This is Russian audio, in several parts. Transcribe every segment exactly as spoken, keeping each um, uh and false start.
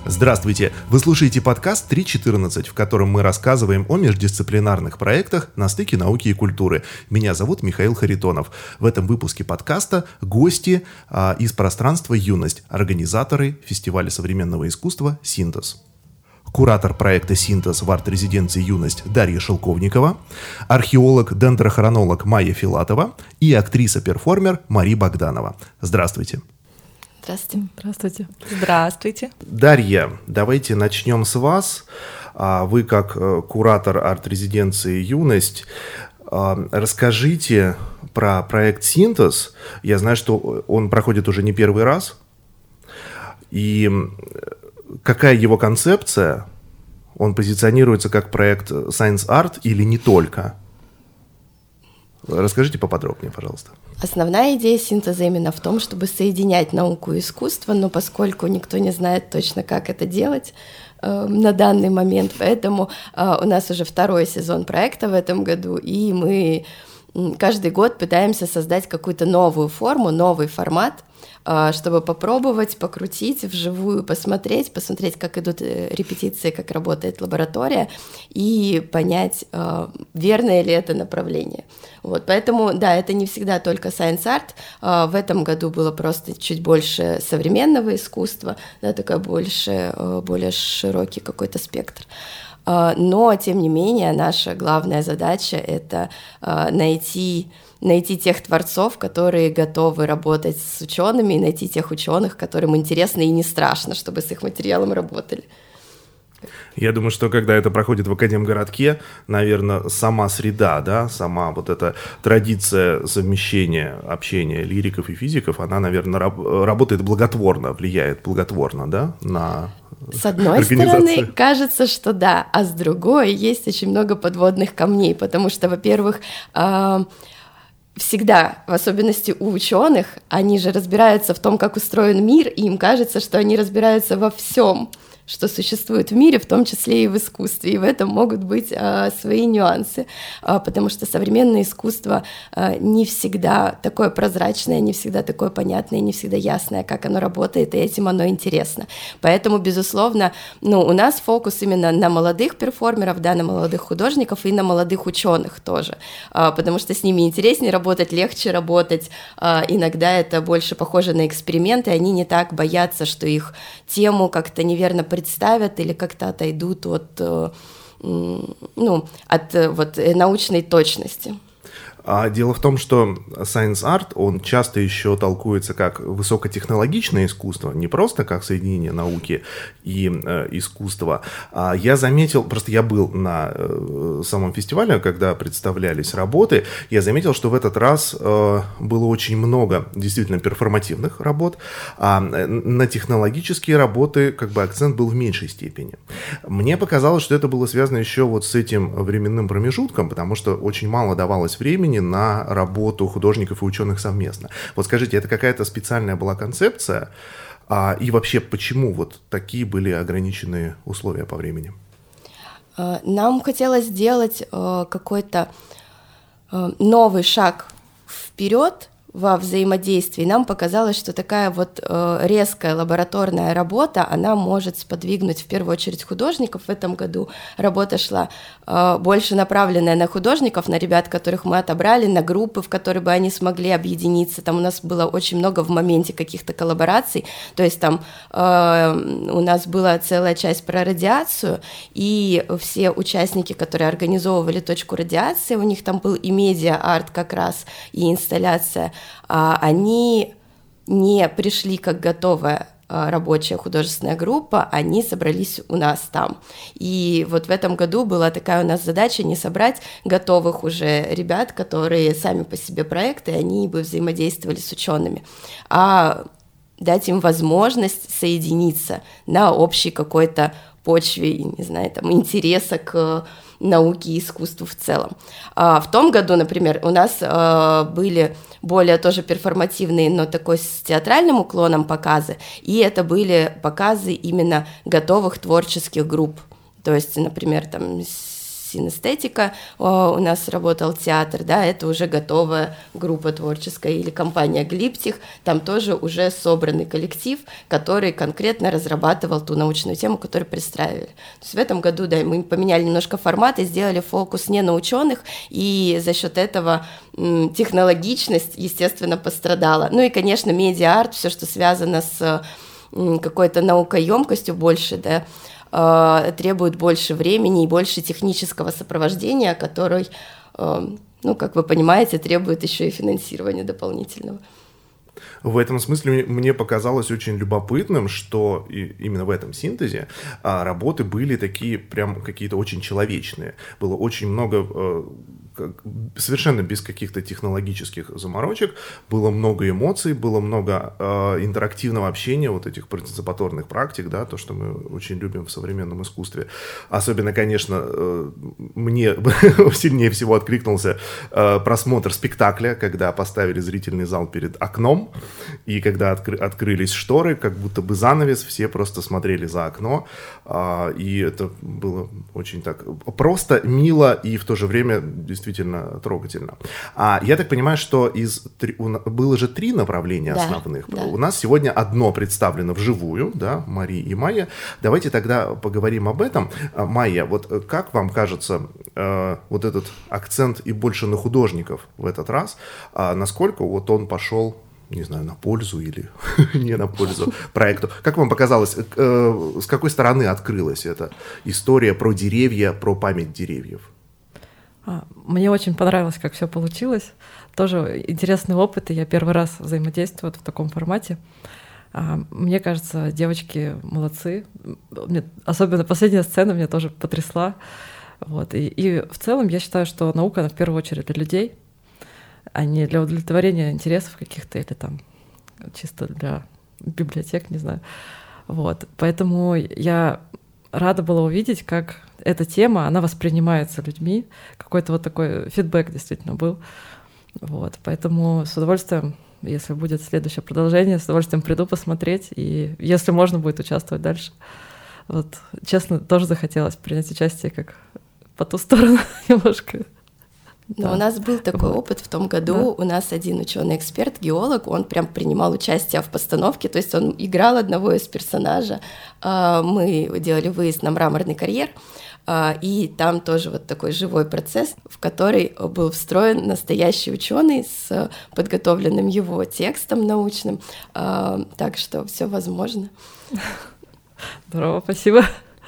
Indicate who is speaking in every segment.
Speaker 1: Здравствуйте! Вы слушаете подкаст три четырнадцать, в котором мы рассказываем о междисциплинарных проектах на стыке науки и культуры. Меня зовут Михаил Харитонов. В этом выпуске подкаста гости а, из пространства «Юность», организаторы фестиваля современного искусства «Синтез». Куратор проекта «Синтез» в арт-резиденции «Юность» Дарья Шелковникова, археолог-дендрохронолог Майя Филатова и актриса-перформер Мари Богданова. Здравствуйте!
Speaker 2: Здравствуйте. Здравствуйте. Здравствуйте.
Speaker 1: Дарья, давайте начнем с вас. Вы как куратор арт-резиденции «Юность», расскажите про проект «Синтез». Я знаю, что он проходит уже не первый раз. И какая его концепция? Он позиционируется как проект Science Art или не только? Расскажите поподробнее, пожалуйста.
Speaker 2: Основная идея синтеза именно в том, чтобы соединять науку и искусство, но поскольку никто не знает точно, как это делать э, на данный момент, поэтому э, у нас уже второй сезон проекта в этом году, и мы каждый год пытаемся создать какую-то новую форму, новый формат, чтобы попробовать, покрутить вживую, посмотреть, посмотреть, как идут репетиции, как работает лаборатория, и понять, верное ли это направление. Вот, поэтому, да, это не всегда только Science Art. В этом году было просто чуть больше современного искусства, да, такой больше, более широкий какой-то спектр. Но, тем не менее, наша главная задача — это найти, найти тех творцов, которые готовы работать с учеными, и найти тех ученых, которым интересно и не страшно, чтобы с их материалом работали.
Speaker 1: Я думаю, что когда это проходит в Академгородке, наверное, сама среда, да, сама вот эта традиция совмещения общения лириков и физиков, она, наверное, раб- работает благотворно, влияет благотворно, да, на
Speaker 2: С одной стороны, кажется, что да, а с другой есть очень много подводных камней, потому что, во-первых, э- всегда, в особенности у ученых, они же разбираются в том, как устроен мир, и им кажется, что они разбираются во всем, что существует в мире, в том числе и в искусстве, и в этом могут быть а, свои нюансы, а, потому что современное искусство а, не всегда такое прозрачное, не всегда такое понятное, не всегда ясное, как оно работает, и этим оно интересно. Поэтому, безусловно, ну, у нас фокус именно на молодых перформеров, да, на молодых художников и на молодых ученых тоже, а, потому что с ними интереснее работать, легче работать, а, иногда это больше похоже на эксперименты, они не так боятся, что их тему как-то неверно представят или как-то отойдут от, ну, от вот, научной точности.
Speaker 1: Дело в том, что Science Art, он часто еще толкуется как высокотехнологичное искусство, не просто как соединение науки и э, искусства. А я заметил, просто я был на э, самом фестивале, когда представлялись работы, я заметил, что в этот раз э, было очень много действительно перформативных работ, а на технологические работы как бы акцент был в меньшей степени. Мне показалось, что это было связано еще вот с этим временным промежутком, потому что очень мало давалось времени на работу художников и ученых совместно. Вот скажите, это какая-то специальная была концепция? А, и вообще, почему вот такие были ограниченные условия по времени?
Speaker 2: Нам хотелось сделать какой-то новый шаг вперед во взаимодействии. Нам показалось, что такая вот э, резкая лабораторная работа, она может сподвигнуть в первую очередь художников. В этом году работа шла э, больше направленная на художников, на ребят, которых мы отобрали, на группы, в которые бы они смогли объединиться. Там у нас было очень много в моменте каких-то коллабораций, то есть там э, у нас была целая часть про радиацию, и все участники, которые организовывали точку радиации, у них там был и медиа-арт как раз, и инсталляция, они не пришли как готовая рабочая художественная группа, они собрались у нас там. И вот в этом году была такая у нас задача не собрать готовых уже ребят, которые сами по себе проекты, они бы взаимодействовали с учеными, а дать им возможность соединиться на общей какой-то почве, не знаю, там, интереса к науке и искусству в целом. А в том году, например, у нас а, были более тоже перформативные, но такой с театральным уклоном показы, и это были показы именно готовых творческих групп. То есть, например, там Синестетика, у нас работал театр, да, это уже готовая группа творческая, или компания Глиптих, там тоже уже собранный коллектив, который конкретно разрабатывал ту научную тему, которую представили. То есть в этом году, да, мы поменяли немножко формат и сделали фокус не на ученых, и за счет этого м, технологичность, естественно, пострадала. Ну и, конечно, медиа-арт, все, что связано с м, какой-то наукоемкостью больше, да, требует больше времени и больше технического сопровождения, который, ну, как вы понимаете, требует еще и финансирования дополнительного.
Speaker 1: В этом смысле мне показалось очень любопытным, что именно в этом синтезе работы были такие прям какие-то очень человечные. Было очень много, совершенно без каких-то технологических заморочек, было много эмоций, было много интерактивного общения, вот этих парticipаторных практик, да, то, что мы очень любим в современном искусстве. Особенно, конечно, мне сильнее всего откликнулся просмотр спектакля, когда поставили зрительный зал перед окном, и когда откры- открылись шторы, как будто бы занавес, все просто смотрели за окно, а, и это было очень так просто, мило и в то же время действительно трогательно. А, я так понимаю, что из три, у, было же три направления
Speaker 2: да,
Speaker 1: основных.
Speaker 2: Да.
Speaker 1: У нас сегодня одно представлено вживую, да, Мари и Майя. Давайте тогда поговорим об этом. Майя, вот как вам кажется э, вот этот акцент и больше на художников в этот раз, а насколько вот он пошел, не знаю, на пользу или не на пользу проекту. Как вам показалось, э, с какой стороны открылась эта история про деревья, про память деревьев?
Speaker 3: Мне очень понравилось, как все получилось. Тоже интересный опыт, и я первый раз взаимодействую в таком формате. Мне кажется, девочки молодцы. Мне, особенно последняя сцена меня тоже потрясла. Вот. И, и в целом я считаю, что наука, она в первую очередь для людей, а не для удовлетворения интересов каких-то или там чисто для библиотек, не знаю. Вот. Поэтому я рада была увидеть, как эта тема, она воспринимается людьми. Какой-то вот такой фидбэк действительно был. Вот. Поэтому с удовольствием, если будет следующее продолжение, с удовольствием приду посмотреть, и если можно будет участвовать дальше. Вот. Честно, тоже захотелось принять участие как по ту сторону немножко.
Speaker 2: Но да. У нас был такой вот. опыт в том году. Да. У нас один ученый-эксперт, геолог, он прям принимал участие в постановке, то есть он играл одного из персонажей. Мы делали выезд на Мраморный карьер, и там тоже вот такой живой процесс, в который был встроен настоящий ученый с подготовленным его текстом научным. Так что все возможно.
Speaker 3: Здорово, спасибо.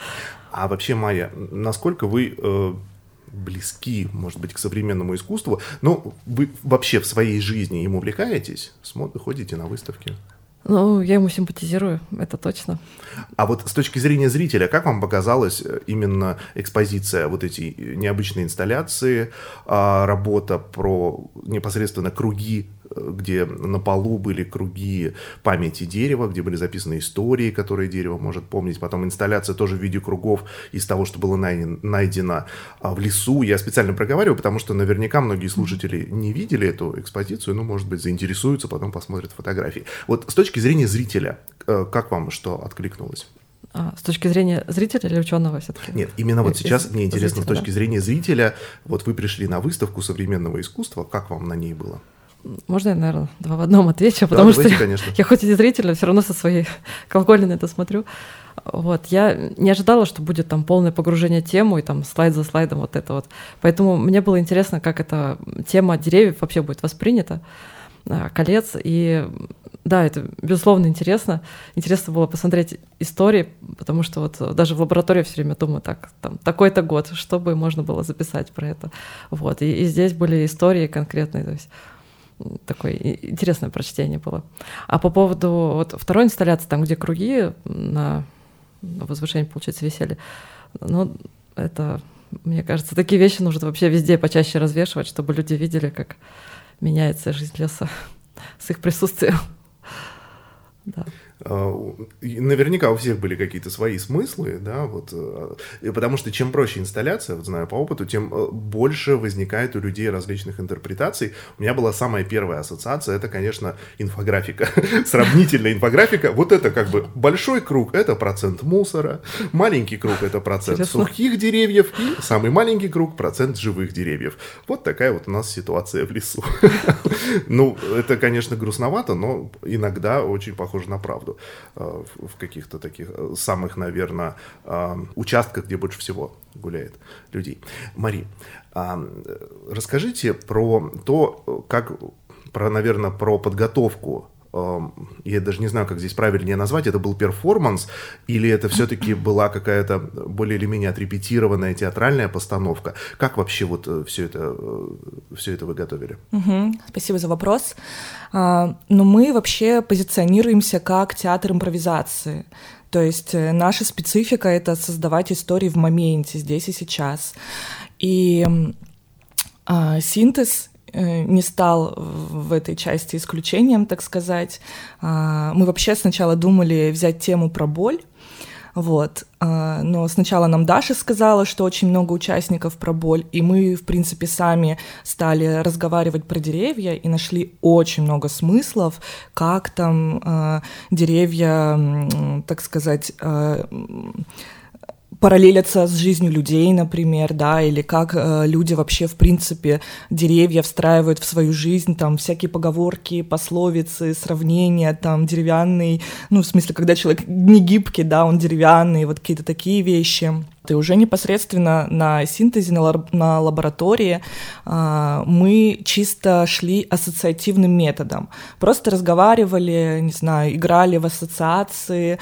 Speaker 1: А вообще, Майя, насколько вы э, близки, может быть, к современному искусству? Ну, вы вообще в своей жизни им увлекаетесь? Смотрите, ходите на выставки?
Speaker 3: Ну, я ему симпатизирую, это точно.
Speaker 1: А вот с точки зрения зрителя, как вам показалась именно экспозиция, вот эти необычные инсталляции, работа про непосредственно круги, где на полу были круги памяти дерева, где были записаны истории, которые дерево может помнить, потом инсталляция тоже в виде кругов из того, что было найдено в лесу. Я специально проговариваю, потому что наверняка многие слушатели не видели эту экспозицию, но, может быть, заинтересуются, потом посмотрят фотографии. Вот с точки зрения зрителя, как вам что откликнулось?
Speaker 3: А, с точки зрения зрителя или ученого все-таки?
Speaker 1: Нет, именно вот сейчас из, мне интересно,
Speaker 3: зрителя,
Speaker 1: с точки
Speaker 3: да?
Speaker 1: зрения зрителя, вот вы пришли на выставку современного искусства, как вам на ней было?
Speaker 3: Можно я, наверное, два в одном отвечу, потому
Speaker 1: да, давайте,
Speaker 3: что
Speaker 1: конечно.
Speaker 3: я хоть и зритель, но все равно со своей колокольни на это смотрю. Вот. Я не ожидала, что будет там полное погружение в тему и там слайд за слайдом вот это вот. Поэтому мне было интересно, как эта тема деревьев вообще будет воспринята, колец. И да, это безусловно интересно. Интересно было посмотреть истории, потому что вот даже в лаборатории все время думаю, так, там, такой-то год, что бы можно было записать про это. Вот. И, и здесь были истории конкретные, то есть такое интересное прочтение было. А по поводу вот второй инсталляции, там, где круги на возвышении, получается, висели, ну, это, мне кажется, такие вещи нужно вообще везде почаще развешивать, чтобы люди видели, как меняется жизнь леса с их присутствием. Да.
Speaker 1: Наверняка у всех были какие-то свои смыслы, да, вот, потому что чем проще инсталляция, вот знаю по опыту, тем больше возникает у людей различных интерпретаций. У меня была самая первая ассоциация, это, конечно, инфографика, сравнительная инфографика. Вот это как бы большой круг, это процент мусора, маленький круг, это процент Интересно. Сухих деревьев, и самый маленький круг, процент живых деревьев. Вот такая вот у нас ситуация в лесу. Ну, это, конечно, грустновато, но иногда очень похоже на правду в каких-то таких самых, наверное, участках, где больше всего гуляет людей. Мари, расскажите про то, как, про, наверное, про подготовку. Я даже не знаю, как здесь правильнее назвать, это был перформанс, или это все-таки была какая-то более или менее отрепетированная театральная постановка? Как вообще вот все это, все это вы готовили?
Speaker 4: Угу, спасибо за вопрос. А, ну, мы вообще позиционируемся как театр импровизации. То есть наша специфика — это создавать истории в моменте, здесь и сейчас. И а, синтез не стал в этой части исключением, так сказать. Мы вообще сначала думали взять тему про боль, вот. Но сначала нам Даша сказала, что очень много участников про боль, и мы, в принципе, сами стали разговаривать про деревья и нашли очень много смыслов, как там деревья, так сказать, параллелятся с жизнью людей, например, да, или как э, люди вообще, в принципе, деревья встраивают в свою жизнь, там, всякие поговорки, пословицы, сравнения, там, деревянный, ну, в смысле, когда человек не гибкий, да, он деревянный, вот какие-то такие вещи. И уже непосредственно на синтезе, на, лаб- на лаборатории э, мы чисто шли ассоциативным методом. Просто разговаривали, не знаю, играли в ассоциации.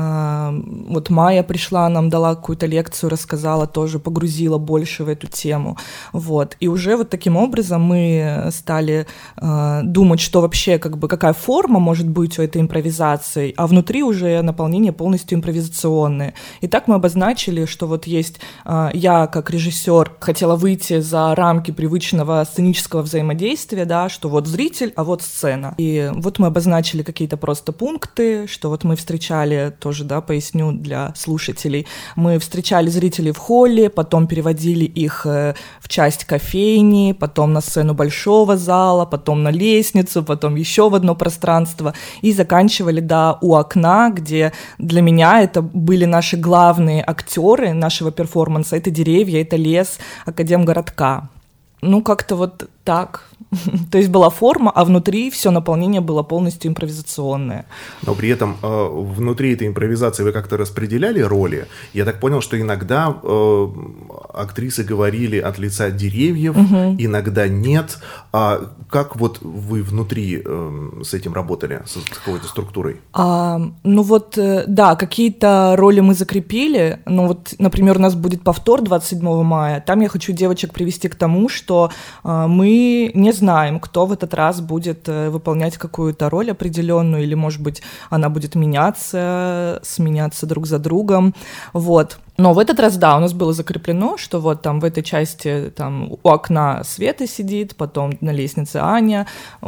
Speaker 4: Э, вот Майя пришла, нам дала какую-то лекцию, рассказала тоже, погрузила больше в эту тему. Вот. И уже вот таким образом мы стали э, думать, что вообще, как бы, какая форма может быть у этой импровизации, а внутри уже наполнение полностью импровизационное. И так мы обозначили, что вот есть э, я как режиссер хотела выйти за рамки привычного сценического взаимодействия, да, что вот зритель, а вот сцена. И вот мы обозначили какие-то просто пункты, что вот мы встречали, тоже, да, поясню для слушателей, мы встречали зрителей в холле, потом переводили их э, в часть кофейни, потом на сцену большого зала, потом на лестницу, потом еще в одно пространство, и заканчивали, да, у окна, где для меня это были наши главные актеры нашего перформанса, это деревья, это лес Академгородка. Ну, как-то вот так. То есть была форма, а внутри все наполнение было полностью импровизационное.
Speaker 1: Но при этом э, внутри этой импровизации вы как-то распределяли роли? Я так понял, что иногда э, актрисы говорили от лица деревьев, угу. иногда нет. А как вот вы внутри э, с этим работали, с, с какой-то структурой?
Speaker 4: А, ну вот, э, да, какие-то роли мы закрепили. Ну вот, например, у нас будет повтор двадцать седьмого мая. Там я хочу девочек привести к тому, что э, мы не знаем, кто в этот раз будет выполнять какую-то роль определенную, или, может быть, она будет меняться, сменяться друг за другом, вот. Но в этот раз, да, у нас было закреплено, что вот там в этой части там у окна Света сидит, потом на лестнице Аня,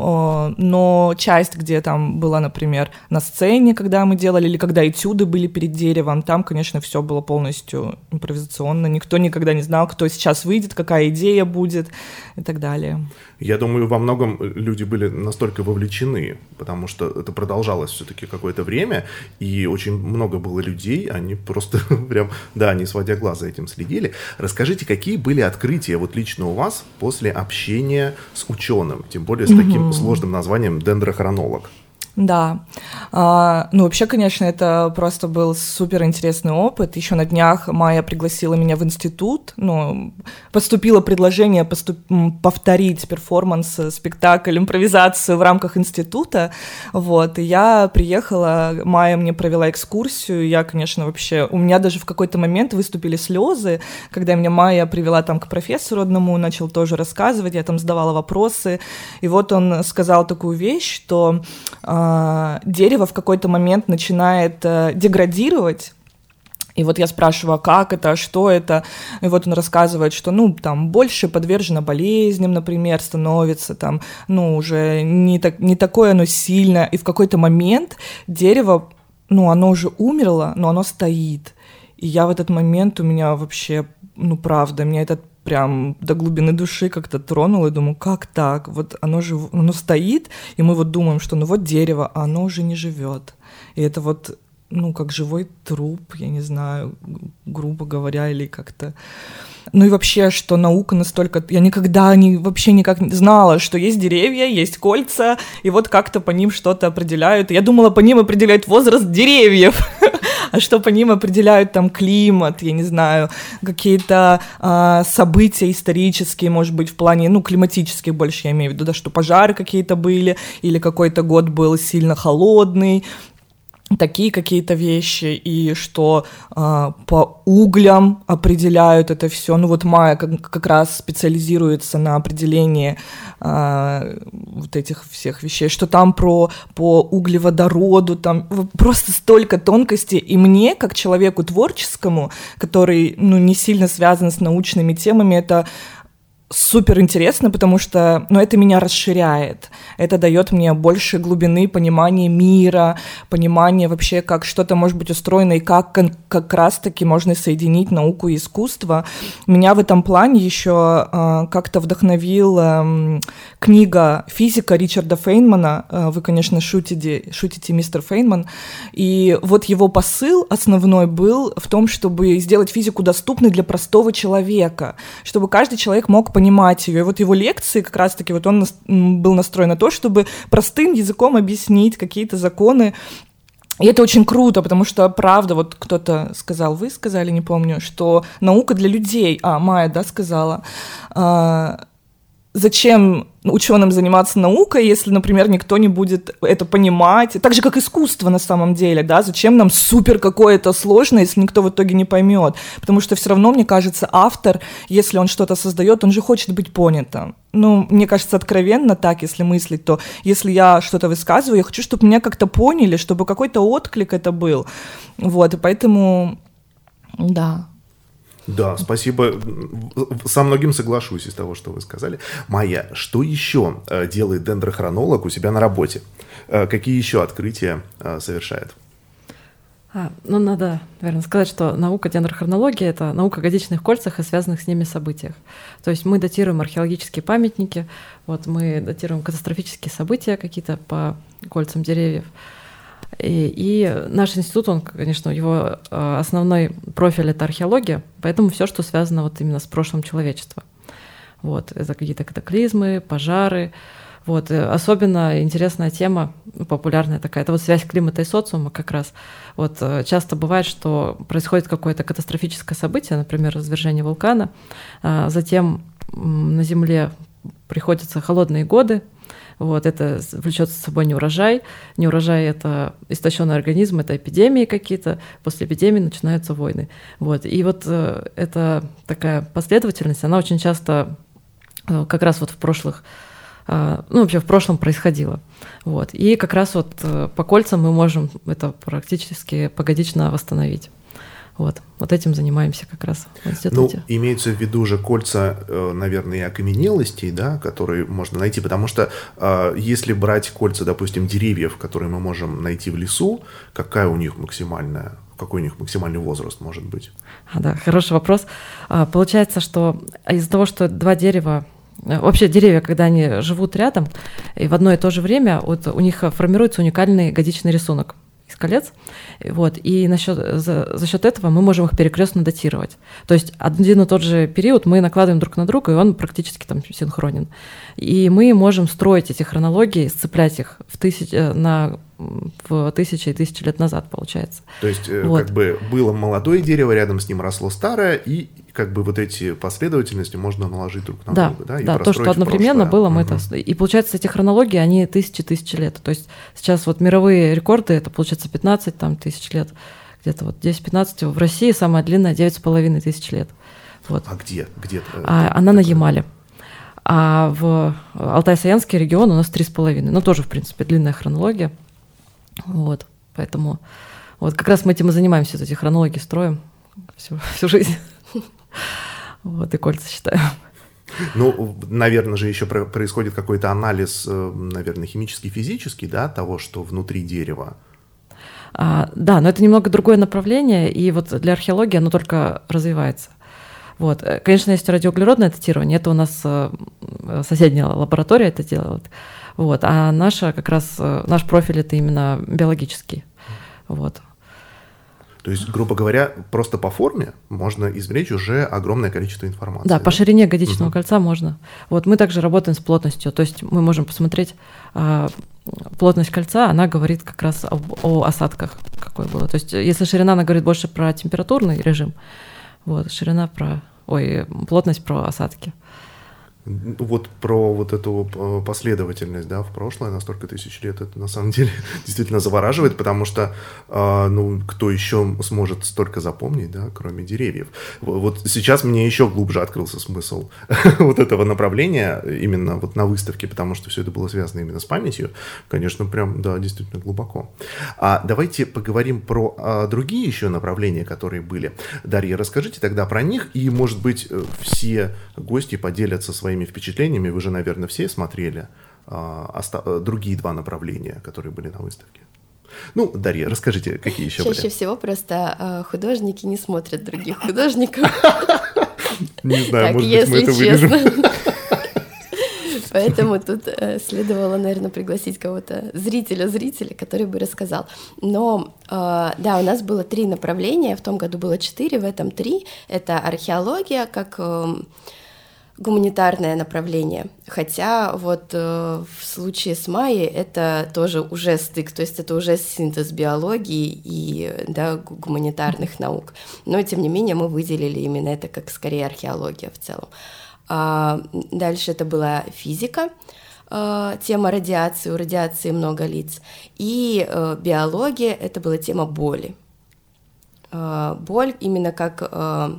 Speaker 4: но часть, где там была, например, на сцене, когда мы делали, или когда этюды были перед деревом, там, конечно, все было полностью импровизационно, никто никогда не знал, кто сейчас выйдет, какая идея будет и так далее.
Speaker 1: Я думаю, во многом люди были настолько вовлечены, потому что это продолжалось все-таки какое-то время, и очень много было людей, они просто прям... Да, не сводя глаз за этим следили. Расскажите, какие были открытия вот лично у вас после общения с ученым, тем более с таким mm-hmm. сложным названием дендрохронолог?
Speaker 4: Да, а, ну вообще, конечно, это просто был суперинтересный опыт. Еще на днях Майя пригласила меня в институт, ну, поступило предложение поступ... повторить перформанс, спектакль, импровизацию в рамках института, вот, и я приехала, Майя мне провела экскурсию, я, конечно, вообще, у меня даже в какой-то момент выступили слезы, когда меня Майя привела там к профессору одному, начал тоже рассказывать, я там задавала вопросы, и вот он сказал такую вещь, что дерево в какой-то момент начинает э, деградировать, И вот я спрашиваю, а как это, а что это? И вот он рассказывает, что, ну, там, больше подвержено болезням, например, становится, там, ну, уже не, так, не такое оно сильное. И в какой-то момент дерево, ну, оно уже умерло, но оно стоит. И я в этот момент, у меня вообще, ну, правда, меня это прям до глубины души как-то тронуло, и думаю, как так? Вот оно же, оно стоит, и мы вот думаем, что, ну, вот дерево, а оно уже не живет. И это вот... ну, как живой труп, я не знаю, грубо говоря, или как-то... Ну и вообще, что наука настолько... Я никогда не, вообще никак не знала, что есть деревья, есть кольца, и вот как-то по ним что-то определяют. Я думала, по ним определяют возраст деревьев, а что по ним определяют там климат, я не знаю, какие-то а, события исторические, может быть, в плане, ну, климатических больше, я имею в виду, да, что пожары какие-то были, или какой-то год был сильно холодный, такие какие-то вещи, и что э, по углям определяют это все. Ну вот Майя как, как раз специализируется на определении э, вот этих всех вещей, что там про по углеводороду, там просто столько тонкостей. И мне, как человеку творческому, который, ну, не сильно связан с научными темами, это супер интересно, потому что, ну, это меня расширяет, это дает мне больше глубины понимания мира, понимания вообще, как что-то может быть устроено, и как как раз-таки можно соединить науку и искусство. Меня в этом плане еще э, как-то вдохновила э, книга «Физика» Ричарда Фейнмана. Э, вы, конечно, шутите, шутите, мистер Фейнман. И вот его посыл основной был в том, чтобы сделать физику доступной для простого человека, чтобы каждый человек мог понимать ее. И вот его лекции как раз-таки вот он был настроен на то, чтобы простым языком объяснить какие-то законы. И это очень круто, потому что, правда, вот кто-то сказал, вы сказали, не помню, что наука для людей, а, Майя, да, сказала, а, зачем ученым заниматься наукой, если, например, никто не будет это понимать, так же, как искусство на самом деле, да, зачем нам супер какое-то сложное, если никто в итоге не поймет, потому что все равно, мне кажется, автор, если он что-то создает, он же хочет быть понятым. Ну, мне кажется, откровенно так, если мыслить, то если я что-то высказываю, я хочу, чтобы меня как-то поняли, чтобы какой-то отклик это был, вот, и поэтому, да.
Speaker 1: Да, спасибо. Со многим соглашусь из того, что вы сказали. Майя, что еще делает дендрохронолог у себя на работе? Какие еще открытия совершает?
Speaker 3: А, ну, надо, наверное, сказать, что наука дендрохронологии — это наука о годичных кольцах и связанных с ними событиях. То есть мы датируем археологические памятники, вот мы датируем катастрофические события какие-то по кольцам деревьев. И, и наш институт, он, конечно, его основной профиль — это археология, поэтому все, что связано вот именно с прошлым человечества. Вот, это какие-то катаклизмы, пожары. Вот, особенно интересная тема, популярная такая, это вот связь климата и социума как раз. Вот, часто бывает, что происходит какое-то катастрофическое событие, например, извержение вулкана, затем на Земле приходятся холодные годы. Вот, это влечет за собой неурожай. Неурожай — это истощенный организм, это эпидемии какие-то. После эпидемии начинаются войны. Вот. И вот э, эта такая последовательность, она очень часто э, как раз вот в прошлых, э, ну вообще в прошлом происходила. Вот. И как раз вот э, по кольцам мы можем это практически погодично восстановить. Вот. Вот этим занимаемся как раз в институте.
Speaker 1: Ну, имеется в виду же кольца, наверное, и окаменелостей, да, которые можно найти, потому что если брать кольца, допустим, деревьев, которые мы можем найти в лесу, какая у них максимальная, какой у них максимальный возраст может быть?
Speaker 3: А, да, хороший вопрос. Получается, что из-за того, что два дерева, вообще деревья, когда они живут рядом и в одно и то же время, вот у них формируется уникальный годичный рисунок из колец, вот, и насчет, за, за счет этого мы можем их перекрестно датировать. То есть один и тот же период мы накладываем друг на друга, и он практически там синхронен. И мы можем строить эти хронологии, сцеплять их в тысяч, на, в тысячи и тысячи лет назад, получается.
Speaker 1: То есть
Speaker 3: вот.
Speaker 1: Как бы было молодое дерево, рядом с ним росло старое, и как бы вот эти последовательности можно наложить друг на
Speaker 3: да,
Speaker 1: друга. Да, и
Speaker 3: да, то, что одновременно было, мы
Speaker 1: угу.
Speaker 3: это... И получается, эти хронологии, они тысячи-тысячи лет. То есть сейчас вот мировые рекорды, это получается пятнадцать там, тысяч лет, где-то вот десять-пятнадцать. В России самая длинная девять с половиной тысяч лет. Вот.
Speaker 1: А где? где
Speaker 3: а, она на Ямале. А в Алтай-Саянский регион у нас три с половиной. Ну, тоже, в принципе, длинная хронология. Вот, поэтому Вот как раз мы этим и занимаемся, эти хронологии строим всю, всю жизнь. Вот, и кольца считаем.
Speaker 1: Ну, наверное же, еще происходит какой-то анализ, наверное, химический, физический, да, того, что внутри дерева.
Speaker 3: А, да, но это немного другое направление, и вот для археологии оно только развивается. Вот. Конечно, есть радиоуглеродное датирование, это у нас соседняя лаборатория это делает. Вот. А наша, как раз, наш профиль это именно биологический. Вот.
Speaker 1: То есть, грубо говоря, просто по форме можно извлечь уже огромное количество информации.
Speaker 3: Да,
Speaker 1: да?
Speaker 3: по ширине годичного
Speaker 1: угу.
Speaker 3: кольца можно. Вот мы также работаем с плотностью, то есть мы можем посмотреть а, плотность кольца, она говорит как раз об, о осадках, какой было. То есть если ширина, она говорит больше про температурный режим, вот, ширина про, ой, плотность про осадки.
Speaker 1: Вот про вот эту последовательность, да, в прошлое на столько тысяч лет, это на самом деле действительно завораживает, потому что, э, ну, кто еще сможет столько запомнить, да, кроме деревьев. Вот сейчас мне еще глубже открылся смысл вот этого направления именно вот на выставке, потому что все это было связано именно с памятью, конечно, прям, да, действительно глубоко. А давайте поговорим про а, другие еще направления, которые были. Дарья, расскажите тогда про них, и, может быть, все гости поделятся своими впечатлениями. Вы же, наверное, все смотрели а, оста- другие два направления, которые были на выставке. Ну, Дарья, расскажите, какие еще были?
Speaker 2: Чаще всего просто а, художники не смотрят других художников.
Speaker 1: Не знаю, может быть, мы это вырежем.
Speaker 2: Поэтому тут следовало, наверное, пригласить кого-то, зрителя-зрителя, который бы рассказал. Но, да, у нас было три направления, в том году было четыре, в этом три. Это археология, как гуманитарное направление, хотя вот э, в случае с Майей это тоже уже стык, то есть это уже синтез биологии и, да, гуманитарных наук, но тем не менее мы выделили именно это как скорее археология в целом. А дальше это была физика, э, тема радиации, у радиации много лиц, и э, биология, это была тема боли. Э, боль именно как... Э,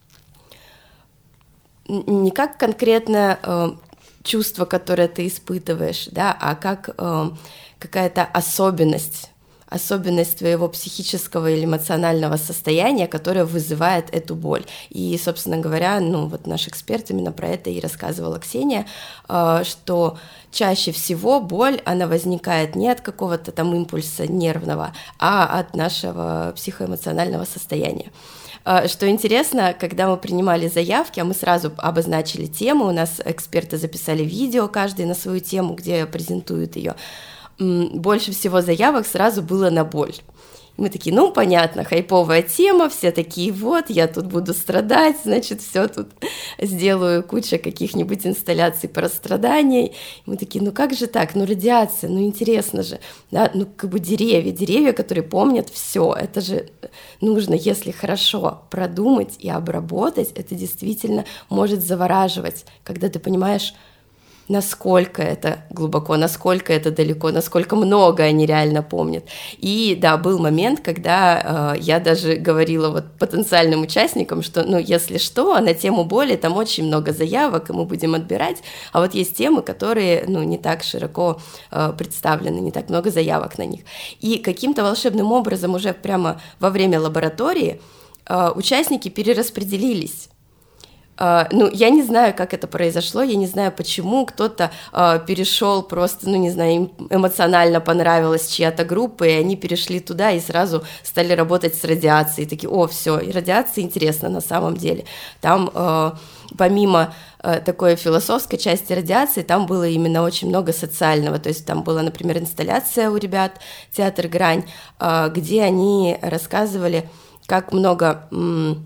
Speaker 2: не как конкретное э, чувство, которое ты испытываешь, да, а как э, какая-то особенность, особенность твоего психического или эмоционального состояния, которое вызывает эту боль. И, собственно говоря, ну вот наш эксперт именно про это и рассказывала Ксения, э, что чаще всего боль, она возникает не от какого-то там импульса нервного, а от нашего психоэмоционального состояния. Что интересно, когда мы принимали заявки, а мы сразу обозначили тему, у нас эксперты записали видео, каждый на свою тему, где презентует ее, больше всего заявок сразу было на боль. Мы такие, ну, понятно, хайповая тема, все такие, вот, я тут буду страдать, значит, все тут сделаю куча каких-нибудь инсталляций про страдания. И мы такие, ну, как же так, ну, радиация, ну, интересно же, да, ну, как бы деревья, деревья, которые помнят все, это же нужно, если хорошо продумать и обработать, это действительно может завораживать, когда ты понимаешь, насколько это глубоко, насколько это далеко, насколько много они реально помнят. И да, был момент, когда э, я даже говорила вот потенциальным участникам, что, ну, если что, на тему боли там очень много заявок, и мы будем отбирать, а вот есть темы, которые, ну, не так широко э, представлены, не так много заявок на них. И каким-то волшебным образом уже прямо во время лаборатории э, участники перераспределились. Uh, ну, я не знаю, как это произошло, я не знаю, почему кто-то uh, перешел просто, ну, не знаю, им эмоционально понравилась чья-то группа, и они перешли туда и сразу стали работать с радиацией, такие, о, все, и радиация интересна на самом деле. Там uh, помимо uh, такой философской части радиации, там было именно очень много социального, то есть там была, например, инсталляция у ребят, театр «Грань», uh, где они рассказывали, как много... М-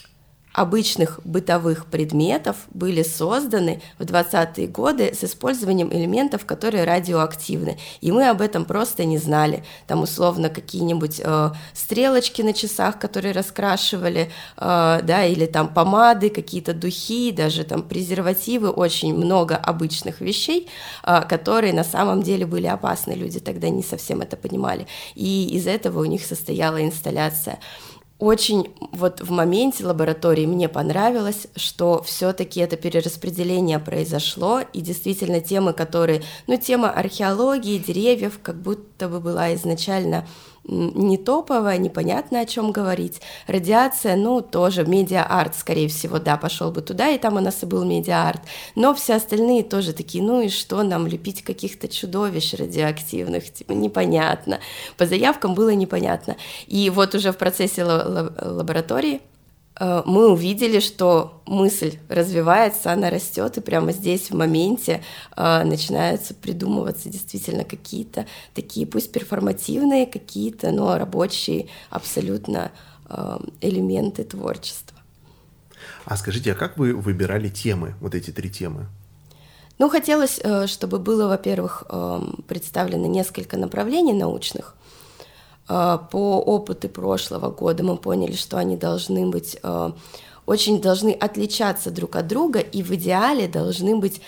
Speaker 2: обычных бытовых предметов были созданы в двадцатые годы с использованием элементов, которые радиоактивны. И мы об этом просто не знали. Там условно какие-нибудь э, стрелочки на часах, которые раскрашивали, э, да, или там помады, какие-то духи, даже там презервативы, очень много обычных вещей, э, которые на самом деле были опасны. Люди тогда не совсем это понимали. И из этого у них состояла инсталляция. Очень вот в моменте лаборатории мне понравилось, что все-таки это перераспределение произошло, и действительно темы, которые, ну, тема археологии, деревьев, как будто бы была изначально не топовая, непонятно о чем говорить. Радиация, ну, тоже медиа-арт, скорее всего, да, пошел бы туда, и там у нас и был медиа-арт. Но все остальные тоже такие, ну и что нам лепить каких-то чудовищ радиоактивных, типа, непонятно. По заявкам было непонятно. И вот уже в процессе лаборатории мы увидели, что мысль развивается, она растет, и прямо здесь, в моменте, начинаются придумываться действительно какие-то такие, пусть перформативные, какие-то, но рабочие абсолютно элементы творчества.
Speaker 1: А скажите, а как вы выбирали темы, вот эти три темы?
Speaker 2: Ну, хотелось, чтобы было, во-первых, представлено несколько направлений научных. По опыту прошлого года мы поняли, что они должны быть, очень должны отличаться друг от друга и в идеале должны быть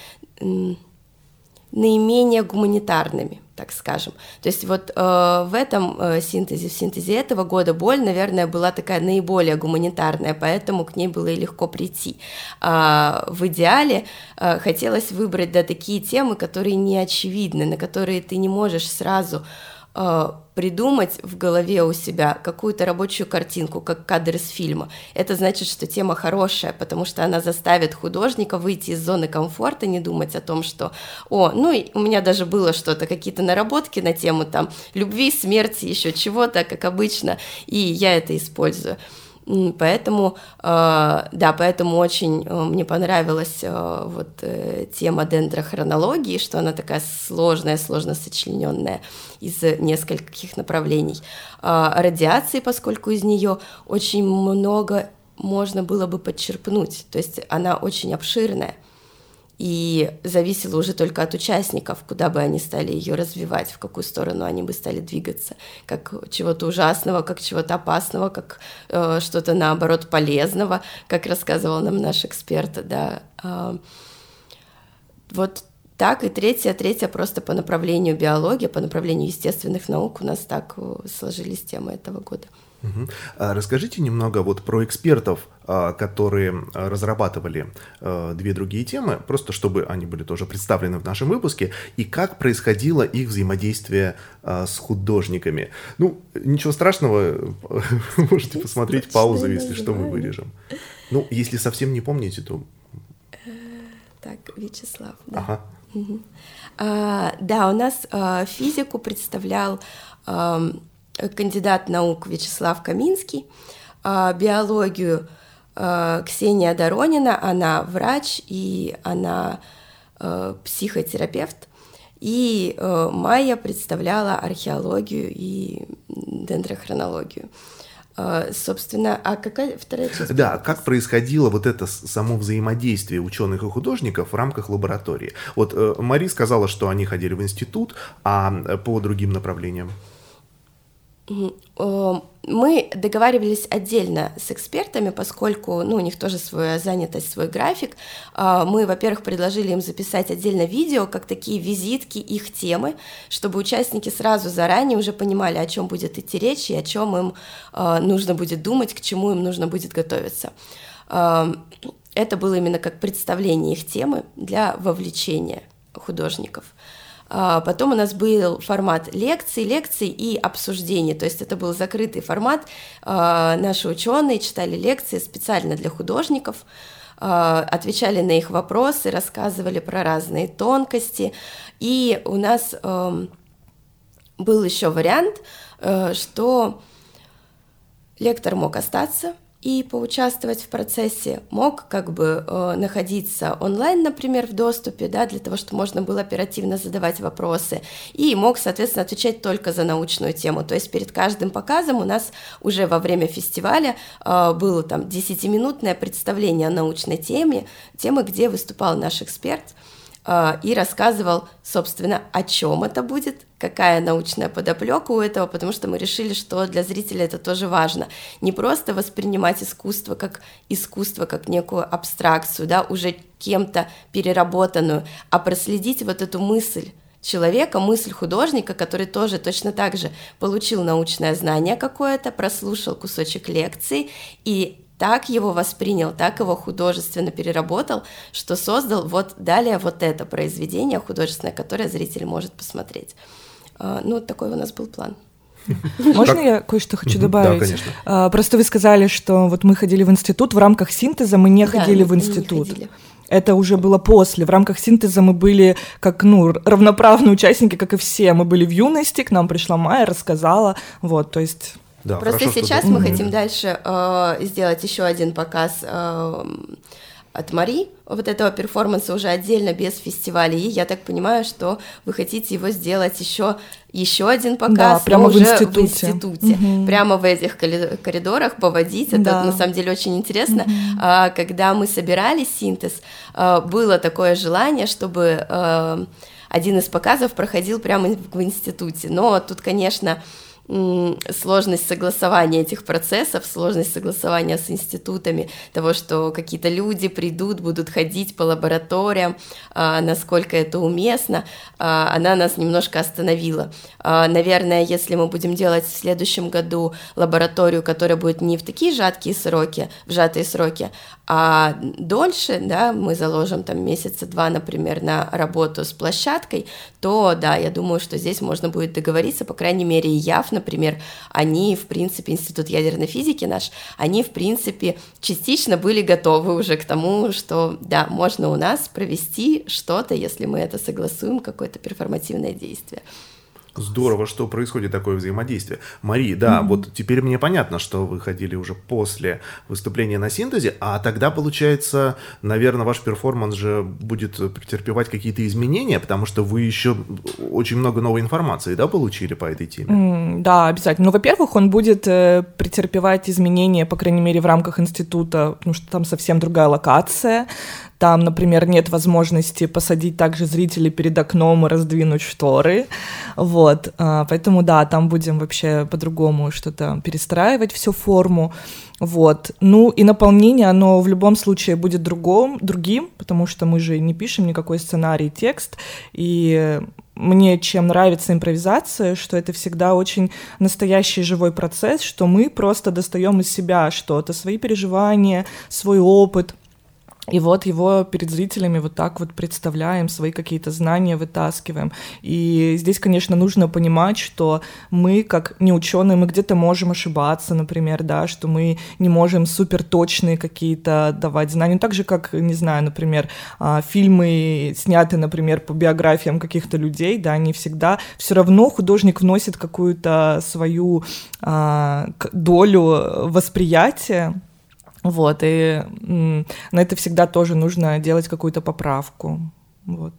Speaker 2: наименее гуманитарными, так скажем. То есть вот в этом синтезе, в синтезе этого года боль, наверное, была такая наиболее гуманитарная, поэтому к ней было и легко прийти. В идеале хотелось выбрать, да, такие темы, которые не очевидны, на которые ты не можешь сразу придумать в голове у себя какую-то рабочую картинку, как кадр из фильма. Это значит, что тема хорошая, потому что она заставит художника выйти из зоны комфорта, не думать о том, что, о, ну, у меня даже было что-то, какие-то наработки на тему там любви, смерти, еще чего-то, как обычно, и я это использую. Поэтому, да, поэтому очень мне понравилась вот тема дендрохронологии, что она такая сложная, сложно сочлененная из нескольких направлений. Радиации, поскольку из нее очень много можно было бы подчерпнуть, то есть она очень обширная. И зависело уже только от участников, куда бы они стали ее развивать, в какую сторону они бы стали двигаться, как чего-то ужасного, как чего-то опасного, как э, что-то, наоборот, полезного, как рассказывал нам наш эксперт. Да. Э, вот так, и третья, третья просто по направлению биологии, по направлению естественных наук у нас так сложились темы этого года.
Speaker 1: Угу. Расскажите немного вот про экспертов, которые разрабатывали две другие темы, просто чтобы они были тоже представлены в нашем выпуске, и как происходило их взаимодействие с художниками. Ну, ничего страшного, можете посмотреть паузу, если что, мы вырежем. Ну, если совсем не помните, то...
Speaker 2: Так, Вячеслав, да.
Speaker 1: Ага.
Speaker 2: Угу. А, да, у нас а, физику представлял а, кандидат наук Вячеслав Каминский, а, биологию а, Ксения Доронина, она врач и она а, психотерапевт, и а, Майя представляла археологию и дендрохронологию. Собственно, а какая вторая часть?
Speaker 1: Да, как происходило вот это само взаимодействие ученых и художников в рамках лаборатории? Вот э, Мари сказала, что они ходили в институт, а по другим направлениям?
Speaker 2: Мы договаривались отдельно с экспертами, поскольку ну, у них тоже своя занятость, свой график. Мы, во-первых, предложили им записать отдельно видео, как такие визитки их темы, чтобы участники сразу заранее уже понимали, о чем будет идти речь и о чем им нужно будет думать, к чему им нужно будет готовиться. Это было именно как представление их темы для вовлечения художников. Потом у нас был формат лекций, лекций и обсуждений, то есть это был закрытый формат. Наши ученые читали лекции специально для художников, отвечали на их вопросы, рассказывали про разные тонкости. И у нас был еще вариант, что лектор мог остаться и поучаствовать в процессе, мог как бы э, находиться онлайн, например, в доступе, да, для того, чтобы можно было оперативно задавать вопросы, и мог, соответственно, отвечать только за научную тему. То есть перед каждым показом у нас уже во время фестиваля э, было там десятиминутное представление о научной теме, темы, где выступал наш эксперт э, и рассказывал, собственно, о чем это будет, какая научная подоплека у этого, потому что мы решили, что для зрителя это тоже важно. Не просто воспринимать искусство как искусство, как некую абстракцию, да, уже кем-то переработанную, а проследить вот эту мысль человека, мысль художника, который тоже точно так же получил научное знание какое-то, прослушал кусочек лекции и так его воспринял, так его художественно переработал, что создал вот далее вот это произведение художественное, которое зритель может посмотреть. Ну, такой у нас был план.
Speaker 4: Можно как? Я кое-что хочу добавить?
Speaker 1: Да, конечно.
Speaker 4: А, просто вы сказали, что вот мы ходили в институт, в рамках синтеза мы не
Speaker 2: да,
Speaker 4: ходили
Speaker 2: мы
Speaker 4: в институт.
Speaker 2: Не ходили.
Speaker 4: Это уже было после. В рамках синтеза мы были как, ну, равноправные участники, как и все. Мы были в юности, к нам пришла Майя, рассказала, вот, то есть...
Speaker 1: Да,
Speaker 2: просто
Speaker 1: хорошо,
Speaker 2: сейчас
Speaker 1: что...
Speaker 2: мы
Speaker 1: mm-hmm.
Speaker 2: хотим дальше э, сделать еще один показ э, от Мари, вот этого перформанса уже отдельно, без фестиваля, и я так понимаю, что вы хотите его сделать еще еще один показ,
Speaker 4: да, прямо
Speaker 2: но
Speaker 4: в
Speaker 2: уже
Speaker 4: институте,
Speaker 2: в институте.
Speaker 4: Угу.
Speaker 2: Прямо в этих коридорах поводить, это
Speaker 4: да.
Speaker 2: на самом деле очень интересно.
Speaker 4: Угу.
Speaker 2: А, когда мы собирали синтез, а, было такое желание, чтобы а, один из показов проходил прямо в институте, но тут, конечно, сложность согласования этих процессов, сложность согласования с институтами, того, что какие-то люди придут, будут ходить по лабораториям, а, насколько это уместно, а, она нас немножко остановила. А, наверное, если мы будем делать в следующем году лабораторию, которая будет не в такие жаткие сроки, в сжатые сроки, а дольше, да, мы заложим там месяца два, например, на работу с площадкой, то, да, я думаю, что здесь можно будет договориться, по крайней мере, и ЯФ, например, они, в принципе, Институт ядерной физики наш, они, в принципе, частично были готовы уже к тому, что, да, можно у нас провести что-то, если мы это согласуем, какое-то перформативное действие.
Speaker 1: Здорово, что происходит такое взаимодействие. Мари, да, mm-hmm. вот теперь мне понятно, что вы ходили уже после выступления на синтезе, а тогда, получается, наверное, ваш перформанс же будет претерпевать какие-то изменения, потому что вы еще очень много новой информации, да, получили по этой теме?
Speaker 4: Mm, да, обязательно. Ну, во-первых, он будет э, претерпевать изменения, по крайней мере, в рамках института, потому что там совсем другая локация. Там, например, нет возможности посадить также зрителей перед окном и раздвинуть шторы, вот, поэтому, да, там будем вообще по-другому что-то перестраивать, всю форму, вот, ну, и наполнение, оно в любом случае будет другом, другим, потому что мы же не пишем никакой сценарий, текст, и мне чем нравится импровизация, что это всегда очень настоящий живой процесс, что мы просто достаем из себя что-то, свои переживания, свой опыт, и вот его перед зрителями вот так вот представляем, свои какие-то знания вытаскиваем. И здесь, конечно, нужно понимать, что мы, как не ученые, мы где-то можем ошибаться, например, да, что мы не можем суперточные какие-то давать знания. Так же, как, не знаю, например, фильмы, снятые, например, по биографиям каких-то людей, да, не всегда. Все равно художник вносит какую-то свою а, долю восприятия. Вот, и м, на это всегда тоже нужно делать какую-то поправку, вот.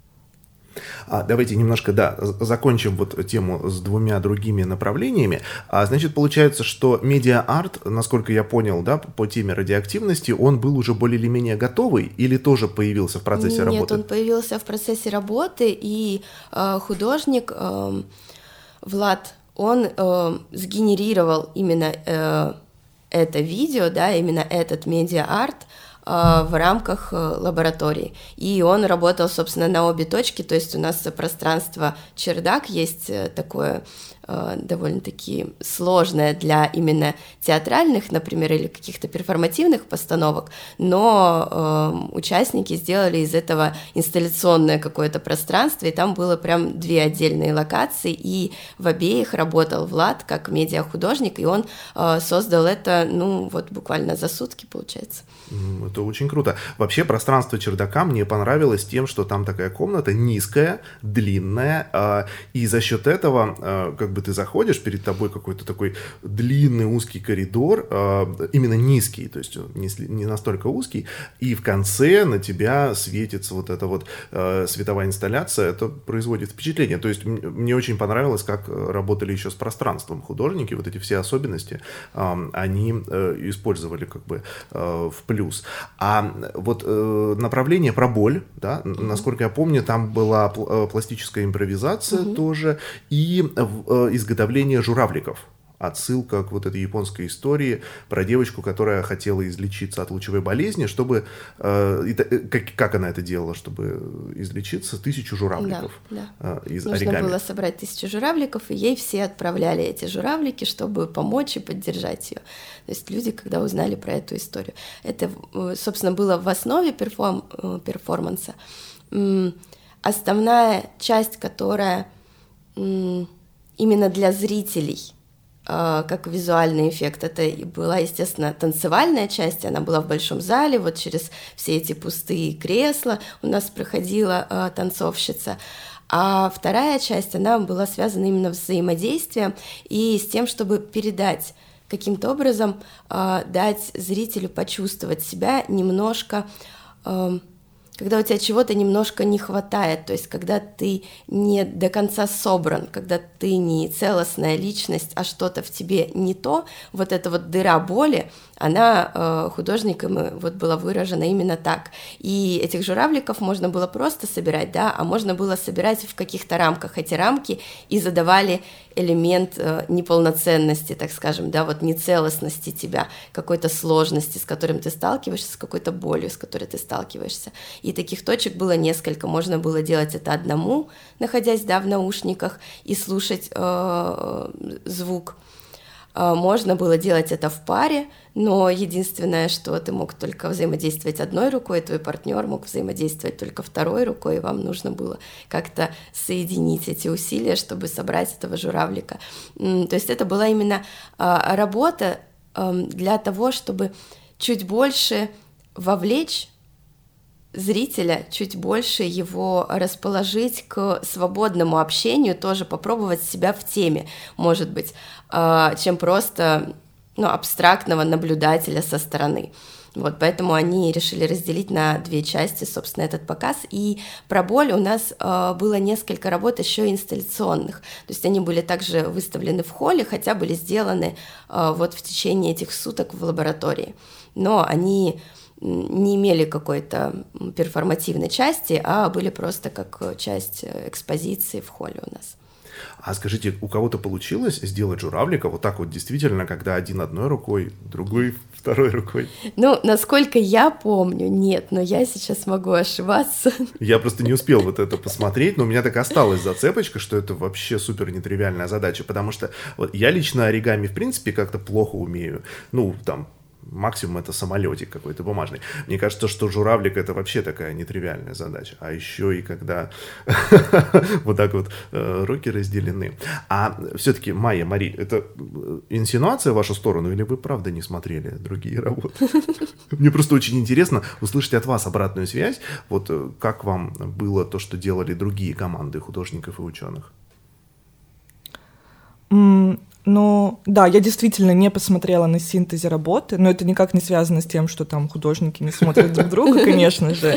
Speaker 1: А, давайте немножко, да, закончим вот тему с двумя другими направлениями. А, значит, получается, что медиа-арт, насколько я понял, да, по теме радиоактивности, он был уже более или менее готовый или тоже появился в процессе
Speaker 2: Нет,
Speaker 1: работы?
Speaker 2: Нет, он появился в процессе работы, и э, художник э, Влад, он э, сгенерировал именно... Э, это видео, да, именно этот медиа-арт э, в рамках э, лаборатории. И он работал, собственно, на обе точки, то есть у нас пространство чердак есть э, такое э, довольно-таки сложное для именно театральных, например, или каких-то перформативных постановок, но э, участники сделали из этого инсталляционное какое-то пространство, и там было прям две отдельные локации, и в обеих работал Влад как медиахудожник, и он э, создал это, ну, вот буквально за сутки, получается.
Speaker 1: Это очень круто. Вообще пространство чердака мне понравилось тем, что там такая комната низкая, длинная, э, и за счет этого, э, как бы ты заходишь, перед тобой какой-то такой длинный узкий коридор, э, именно низкий, то есть не, не настолько узкий, и в конце на тебя светится вот эта вот э, световая инсталляция, это производит впечатление. То есть мне очень понравилось, как работали еще с пространством художники, вот эти все особенности, э, они э, использовали как бы э, в плюс. А вот э, направление про боль, да, mm-hmm. насколько я помню, там была пл- пластическая импровизация mm-hmm. тоже, и э, изготовление журавликов. Отсылка к вот этой японской истории про девочку, которая хотела излечиться от лучевой болезни, чтобы... Э, и, как, как она это делала, чтобы излечиться? Тысячу журавликов
Speaker 2: да,
Speaker 1: да. Э, из
Speaker 2: Нужно
Speaker 1: оригами.
Speaker 2: было собрать тысячу журавликов, и ей все отправляли эти журавлики, чтобы помочь и поддержать ее. То есть люди, когда узнали про эту историю. Это, собственно, было в основе перформ, перформанса. Основная часть, которая... именно для зрителей, как визуальный эффект. Это была, естественно, танцевальная часть, она была в большом зале, вот через все эти пустые кресла у нас проходила танцовщица. А вторая часть, она была связана именно с взаимодействием и с тем, чтобы передать, каким-то образом дать зрителю почувствовать себя немножко, когда у тебя чего-то немножко не хватает, то есть когда ты не до конца собран, когда ты не целостная личность, а что-то в тебе не то, вот эта вот дыра боли, она э, художником вот была выражена именно так. И этих журавликов можно было просто собирать, да, а можно было собирать в каких-то рамках. Эти рамки и задавали элемент э, неполноценности, так скажем, да, вот нецелостности тебя, какой-то сложности, с которым ты сталкиваешься, с какой-то болью, с которой ты сталкиваешься. И таких точек было несколько. Можно было делать это одному, находясь, да, в наушниках, и слушать э, звук. Можно было делать это в паре, но единственное, что ты мог только взаимодействовать одной рукой, твой партнер мог взаимодействовать только второй рукой, и вам нужно было как-то соединить эти усилия, чтобы собрать этого журавлика. То есть это была именно работа для того, чтобы чуть больше вовлечь зрителя, чуть больше его расположить к свободному общению, тоже попробовать себя в теме, может быть, чем просто, ну, абстрактного наблюдателя со стороны. Вот, поэтому они решили разделить на две части, собственно, этот показ. И про боль у нас э, было несколько работ еще инсталляционных. То есть они были также выставлены в холле, хотя были сделаны э, вот в течение этих суток в лаборатории. Но они не имели какой-то перформативной части, а были просто как часть экспозиции в холле у нас.
Speaker 1: А скажите, у кого-то получилось сделать журавлика вот так вот действительно, когда один одной рукой, другой второй рукой?
Speaker 2: Ну, насколько я помню, нет, но я сейчас могу ошибаться.
Speaker 1: Я просто не успел вот это посмотреть, но у меня так осталась зацепочка, что это вообще супер нетривиальная задача, потому что вот я лично оригами в принципе как-то плохо умею, ну, там, максимум это самолетик какой-то бумажный. Мне кажется, что журавлик — это вообще такая нетривиальная задача. А еще и когда вот так вот руки разделены. А все-таки, Майя, Мари, это инсинуация в вашу сторону или вы правда не смотрели другие работы? Мне просто очень интересно услышать от вас обратную связь. Вот как вам было то, что делали другие команды художников и ученых?
Speaker 4: Ну, да, я действительно не посмотрела на синтезе работы, но это никак не связано с тем, что там художники не смотрят друг друга, конечно же.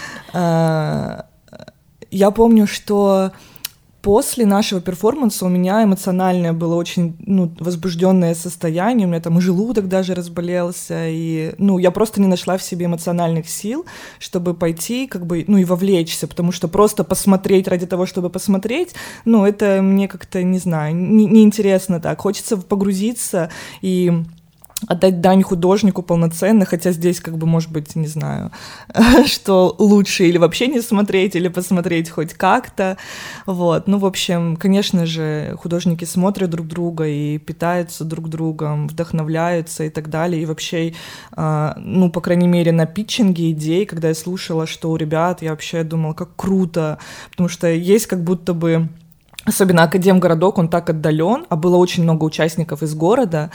Speaker 4: Я помню, что после нашего перформанса у меня эмоциональное было очень, ну, возбужденное состояние, у меня там и желудок даже разболелся, и, ну, я просто не нашла в себе эмоциональных сил, чтобы пойти, как бы, ну, и вовлечься, потому что просто посмотреть ради того, чтобы посмотреть, ну, это мне как-то, не знаю, не, неинтересно так, хочется погрузиться и отдать дань художнику полноценно, хотя здесь как бы, может быть, не знаю, что лучше или вообще не смотреть, или посмотреть хоть как-то, вот. Ну, в общем, конечно же, художники смотрят друг друга и питаются друг другом, вдохновляются и так далее, и вообще, ну, по крайней мере, на питчинге идей, когда я слушала, что у ребят, я вообще думала, как круто, потому что есть как будто бы, особенно Академгородок, он так отдален, а было очень много участников из города,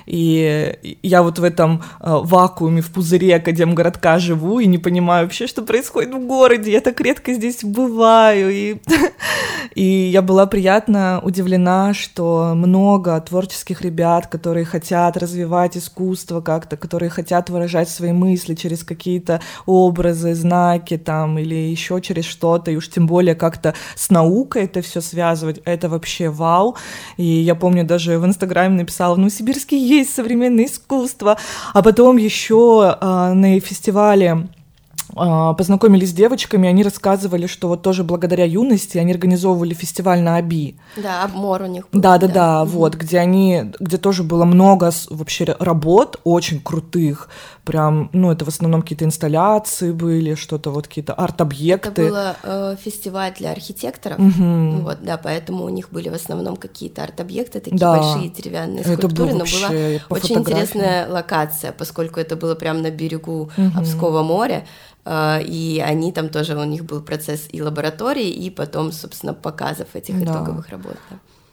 Speaker 4: и я вот в этом вакууме, в пузыре Академгородка живу и не понимаю вообще, что происходит в городе, я так редко здесь бываю, и, и я была приятно удивлена, что много творческих ребят, которые хотят развивать искусство как-то, которые хотят выражать свои мысли через какие-то образы, знаки там, или еще через что-то, и уж тем более как-то с наукой это все связано. Это вообще вау. И я помню, даже в Инстаграме написала: в Новосибирске есть современное искусство. А потом еще э, на фестивале э, познакомились с девочками, они рассказывали, что вот тоже благодаря юности они организовывали фестиваль на Аби.
Speaker 2: Да, Обмор у них был.
Speaker 4: Да-да-да, да, вот, mm-hmm. где они, где тоже было много вообще работ очень крутых, прям, ну, это в основном какие-то инсталляции были, что-то вот какие-то арт-объекты.
Speaker 2: Это был э, фестиваль для архитекторов,
Speaker 4: угу.
Speaker 2: вот, да, поэтому у них были в основном какие-то арт-объекты, такие
Speaker 4: да.
Speaker 2: большие деревянные скульптуры, но была очень
Speaker 4: фотографии.
Speaker 2: Интересная локация, поскольку это было прямо на берегу угу. Обского моря, э, и они там тоже, у них был процесс и лаборатории, и потом, собственно, показов этих
Speaker 4: да.
Speaker 2: итоговых работ. Да.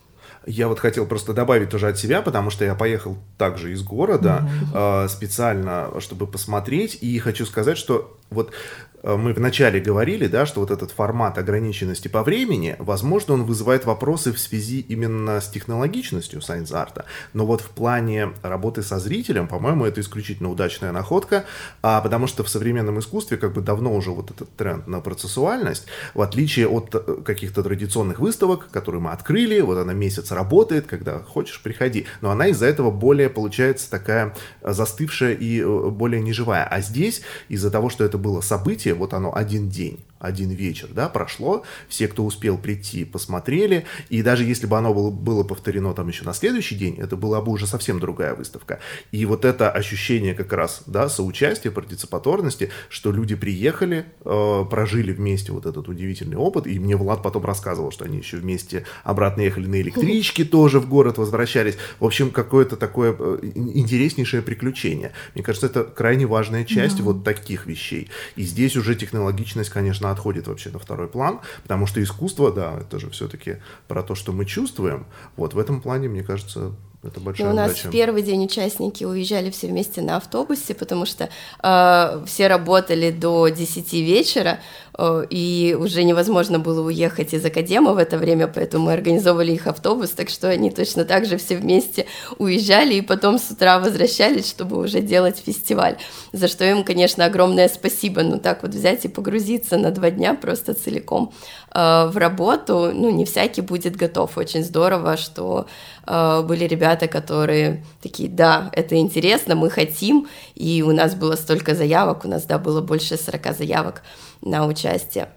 Speaker 1: Я вот хотел просто добавить тоже от себя, потому что я поехал также из города mm-hmm. э, специально, чтобы посмотреть, и хочу сказать, что вот мы вначале говорили, да, что вот этот формат ограниченности по времени, возможно, он вызывает вопросы в связи именно с технологичностью сайенс-арта, но вот в плане работы со зрителем, по-моему, это исключительно удачная находка, а, потому что в современном искусстве как бы давно уже вот этот тренд на процессуальность, в отличие от каких-то традиционных выставок, которые мы открыли, вот она месяц работает, когда хочешь, приходи, но она из-за этого более получается такая застывшая и более неживая, а здесь из-за того, что это было событие, вот оно один день, один вечер, да, прошло, все, кто успел прийти, посмотрели, и даже если бы оно было, было повторено там еще на следующий день, это была бы уже совсем другая выставка. И вот это ощущение как раз, да, соучастия, партиципаторности, что люди приехали, э, прожили вместе вот этот удивительный опыт, и мне Влад потом рассказывал, что они еще вместе обратно ехали на электричке, тоже в город возвращались. В общем, какое-то такое интереснейшее приключение. Мне кажется, это крайне важная часть вот таких вещей. И здесь уже технологичность, конечно, отходит вообще на второй план, потому что искусство, да, это же все-таки про то, что мы чувствуем. Вот в этом плане, мне кажется, это большая удача.
Speaker 2: У нас в первый день участники уезжали все вместе на автобусе, потому что э, все работали до десяти вечера, э, и уже невозможно было уехать из Академа в это время, поэтому мы организовывали их автобус, так что они точно так же все вместе уезжали и потом с утра возвращались, чтобы уже делать фестиваль, за что им, конечно, огромное спасибо, ну так вот взять и погрузиться на два дня просто целиком э, в работу, ну не всякий будет готов, очень здорово, что э, были ребята, которые такие, да, это интересно, мы хотим, и у нас было столько заявок, у нас, да, было больше сорока заявок на участие.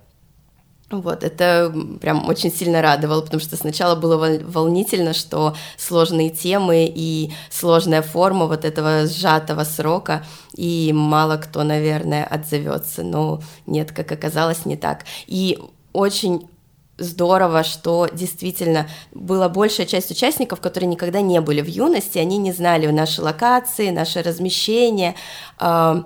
Speaker 2: Вот, это прям очень сильно радовало, потому что сначала было волнительно, что сложные темы и сложная форма вот этого сжатого срока, и мало кто, наверное, отзовется, но нет, как оказалось, не так. И очень здорово, что действительно была большая часть участников, которые никогда не были в юности, они не знали наши локации, наше размещение, но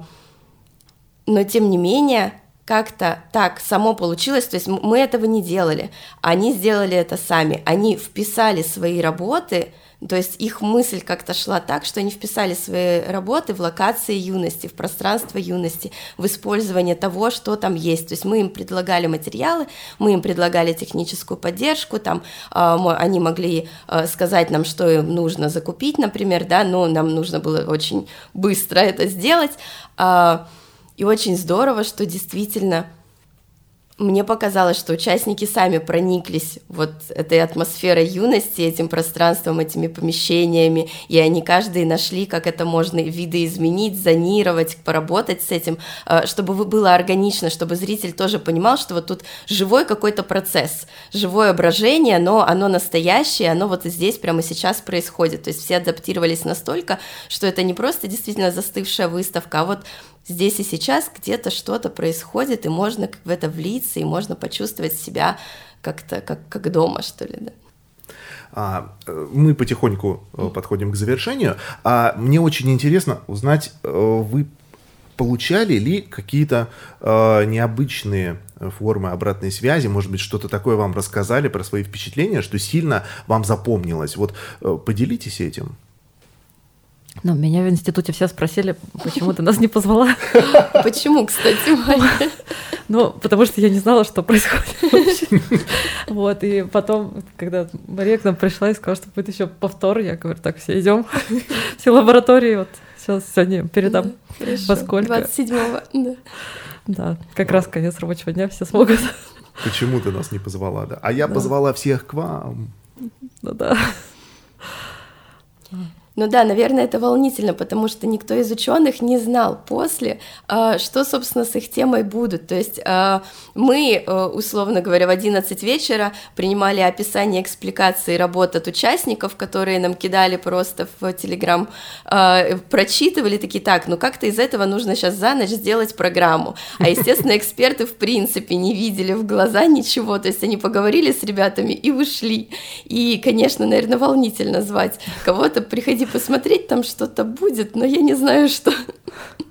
Speaker 2: тем не менее как-то так само получилось, то есть мы этого не делали, они сделали это сами, они вписали свои работы, то есть их мысль как-то шла так, что они вписали свои работы в локации юности, в пространство юности, в использование того, что там есть. То есть мы им предлагали материалы, мы им предлагали техническую поддержку, там э, они могли э, сказать нам, что им нужно закупить, например, да, но нам нужно было очень быстро это сделать. Э, и очень здорово, что действительно мне показалось, что участники сами прониклись вот этой атмосферой юности, этим пространством, этими помещениями, и они каждый нашли, как это можно видоизменить, зонировать, поработать с этим, чтобы было органично, чтобы зритель тоже понимал, что вот тут живой какой-то процесс, живое брожение, но оно настоящее, оно вот здесь прямо сейчас происходит, то есть все адаптировались настолько, что это не просто действительно застывшая выставка, а вот здесь и сейчас где-то что-то происходит, и можно в это влиться, и можно почувствовать себя как-то как, как дома, что ли, да.
Speaker 1: А, мы потихоньку подходим к завершению. А мне очень интересно узнать, вы получали ли какие-то э, необычные формы обратной связи, может быть, что-то такое вам рассказали про свои впечатления, что сильно вам запомнилось? Вот э, поделитесь этим.
Speaker 3: Ну, меня в институте все спросили, почему ты нас не позвала.
Speaker 2: Почему, кстати, Маня?
Speaker 3: Ну, потому что я не знала, что происходит вообще. Вот, и потом, когда Мария к нам пришла и сказала, что будет еще повтор, я говорю, так, все идем, все лаборатории, вот сейчас сегодня передам во сколько.
Speaker 2: двадцать седьмого, да.
Speaker 3: Да, как раз конец рабочего дня, все смогут.
Speaker 1: Почему ты нас не позвала, да? А я
Speaker 3: да.
Speaker 1: позвала всех к вам.
Speaker 3: Ну да.
Speaker 2: Ну да, наверное, это волнительно, потому что никто из ученых не знал после, что, собственно, с их темой будут. То есть мы, условно говоря, в одиннадцать вечера принимали описание экспликации работ от участников, которые нам кидали просто в Телеграм, прочитывали, такие, так, ну как-то из этого нужно сейчас за ночь сделать программу. А, естественно, эксперты в принципе не видели в глаза ничего, то есть они поговорили с ребятами и ушли. И, конечно, наверное, волнительно звать кого-то, приходить посмотреть, там что-то будет, но я не знаю, что.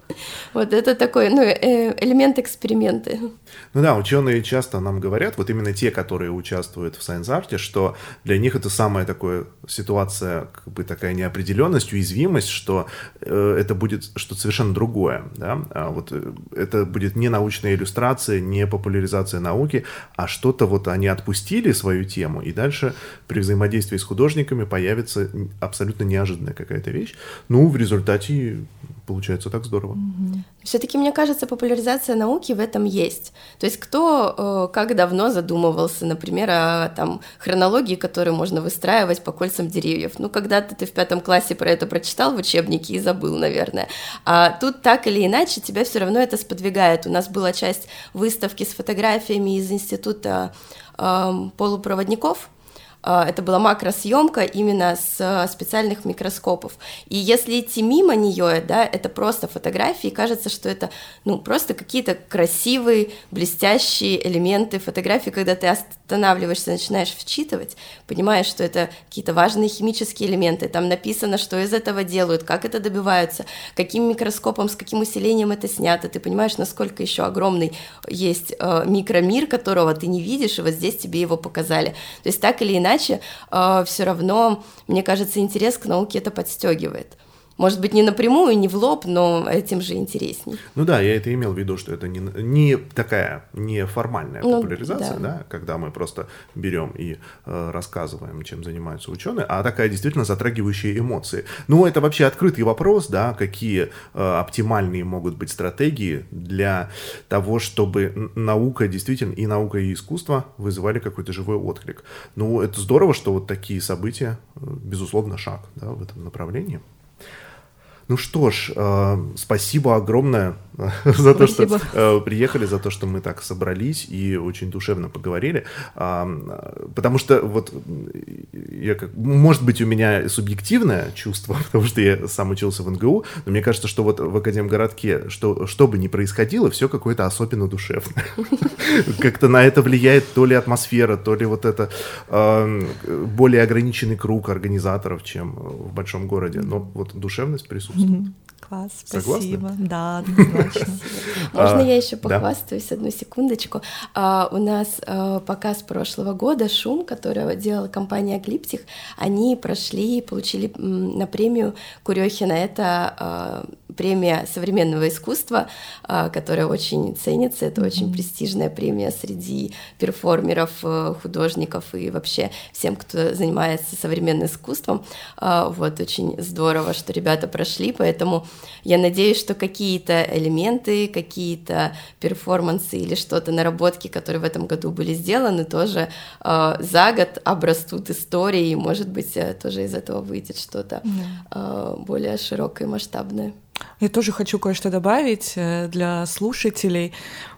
Speaker 2: Вот это такой, ну, элемент эксперимента.
Speaker 1: Ну да, ученые часто нам говорят, вот именно те, которые участвуют в сайенс-арте, что для них это самая такая ситуация, как бы такая неопределенность, уязвимость, что э, это будет что-то совершенно другое, да, а вот это будет не научная иллюстрация, не популяризация науки, а что-то вот они отпустили свою тему, и дальше при взаимодействии с художниками появится абсолютно неожиданная какая-то вещь. Ну, в результате получается так здорово.
Speaker 2: Mm-hmm. Все-таки, мне кажется, популяризация науки в этом есть. То есть кто э, как давно задумывался, например, о там, хронологии, которую можно выстраивать по кольцам деревьев. Ну, когда-то ты в пятом классе про это прочитал в учебнике и забыл, наверное. А тут так или иначе тебя все равно это сподвигает. У нас была часть выставки с фотографиями из института э, полупроводников. Это была макросъемка именно с специальных микроскопов. И если идти мимо нее, да, это просто фотографии, кажется, что это ну, просто какие-то красивые, блестящие элементы фотографии, когда ты останавливаешься, начинаешь вчитывать, понимаешь, что это какие-то важные химические элементы, там написано, что из этого делают, как это добиваются, каким микроскопом, с каким усилением это снято, ты понимаешь, насколько еще огромный есть э, микромир, которого ты не видишь, и вот здесь тебе его показали. То есть так или иначе, Иначе э, все равно, мне кажется, интерес к науке это подстегивает. Может быть, не напрямую, не в лоб, но этим же интересней.
Speaker 1: Ну да, я это имел в виду, что это не, не такая неформальная
Speaker 2: ну,
Speaker 1: популяризация, да. Да, когда мы просто берем и э, рассказываем, чем занимаются ученые, а такая действительно затрагивающая эмоции. Ну, это вообще открытый вопрос, да, какие э, оптимальные могут быть стратегии для того, чтобы наука действительно, и наука, и искусство вызывали какой-то живой отклик. Ну, это здорово, что вот такие события, безусловно, шаг, да, в этом направлении. Ну что ж, э, спасибо огромное за то, спасибо. что э, приехали, за то, что мы так собрались и очень душевно поговорили. Э, потому что вот, я как, может быть, у меня субъективное чувство, потому что я сам учился в эн гэ у, но мне кажется, что вот в Академгородке, что, что бы ни происходило, все какое-то особенно душевное. Как-то на это влияет то ли атмосфера, то ли вот это более ограниченный круг организаторов, чем в большом городе. Но вот душевность присутствует.
Speaker 4: Класс,
Speaker 1: Согласны?
Speaker 4: спасибо. Да, однозначно.
Speaker 2: Можно я еще похвастаюсь одну секундочку? У нас показ прошлого года «Шум», который делала компания «Эклиптих», они прошли и получили на премию Курехина. Это премия современного искусства, которая очень ценится. Это очень престижная премия среди перформеров, художников и вообще всем, кто занимается современным искусством. Вот, очень здорово, что ребята прошли, поэтому я надеюсь, что какие-то элементы, какие-то перформансы или что-то, наработки, которые в этом году были сделаны, тоже э, за год обрастут историей, и, может быть, тоже из этого выйдет что-то э, более широкое и масштабное.
Speaker 4: Я тоже хочу кое-что добавить для слушателей,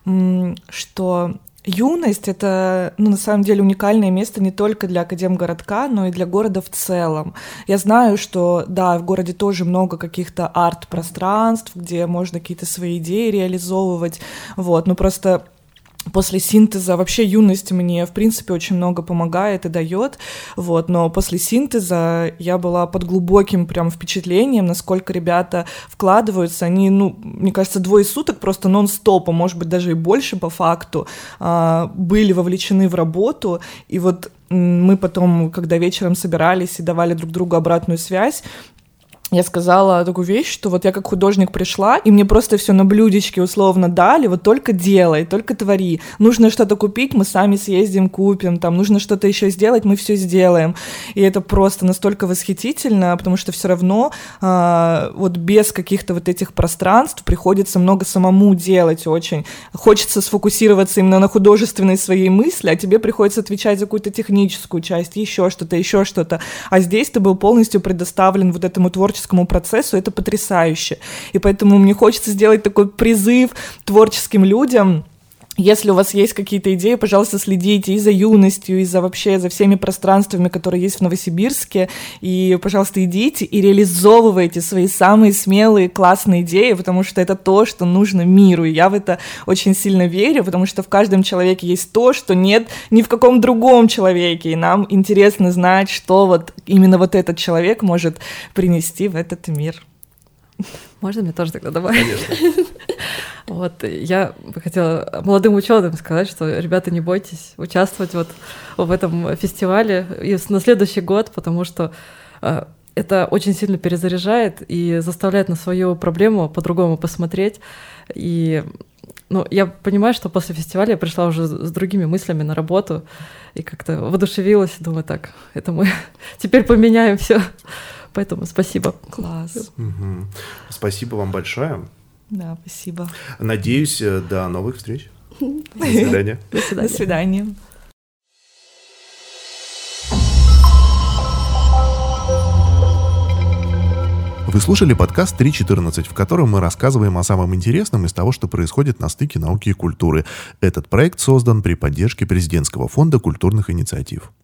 Speaker 4: что юность — это, ну, на самом деле, уникальное место не только для Академгородка, но и для города в целом. Я знаю, что, да, в городе тоже много каких-то арт-пространств, где можно какие-то свои идеи реализовывать, вот, но просто после синтеза вообще юность мне, в принципе, очень много помогает и дает, вот, но после синтеза я была под глубоким прям впечатлением, насколько ребята вкладываются, они, ну, мне кажется, двое суток просто нон-стопа, может быть, даже и больше по факту, были вовлечены в работу, и вот мы потом, когда вечером собирались и давали друг другу обратную связь, я сказала такую вещь, что вот я как художник пришла, и мне просто все на блюдечке условно дали, вот только делай, только твори. Нужно что-то купить, мы сами съездим, купим, там нужно что-то еще сделать, мы все сделаем. И это просто настолько восхитительно, потому что все равно а, вот без каких-то вот этих пространств приходится много самому делать очень. Хочется сфокусироваться именно на художественной своей мысли, а тебе приходится отвечать за какую-то техническую часть, еще что-то, еще что-то. А здесь ты был полностью предоставлен вот этому творческому процессу, это потрясающе. И поэтому мне хочется сделать такой призыв творческим людям. Если у вас есть какие-то идеи, пожалуйста, следите и за юностью, и за вообще за всеми пространствами, которые есть в Новосибирске, и, пожалуйста, идите и реализовывайте свои самые смелые, классные идеи, потому что это то, что нужно миру, и я в это очень сильно верю, потому что в каждом человеке есть то, что нет ни в каком другом человеке, и нам интересно знать, что вот именно вот этот человек может принести в этот мир.
Speaker 3: Можно мне тоже тогда добавить?
Speaker 1: Конечно.
Speaker 3: Вот, я бы хотела молодым ученым сказать, что, ребята, не бойтесь участвовать вот в этом фестивале и на следующий год, потому что э, это очень сильно перезаряжает и заставляет на свою проблему по-другому посмотреть. И ну, я понимаю, что после фестиваля я пришла уже с другими мыслями на работу и как-то воодушевилась, думаю, так, это мы теперь поменяем все. Поэтому спасибо.
Speaker 4: Класс.
Speaker 1: Угу. Спасибо вам большое.
Speaker 4: Да, спасибо.
Speaker 1: Надеюсь, до новых встреч. До свидания.
Speaker 3: До свидания.
Speaker 4: До свидания.
Speaker 1: Вы слушали подкаст три четырнадцать, в котором мы рассказываем о самом интересном из того, что происходит на стыке науки и культуры. Этот проект создан при поддержке Президентского фонда культурных инициатив.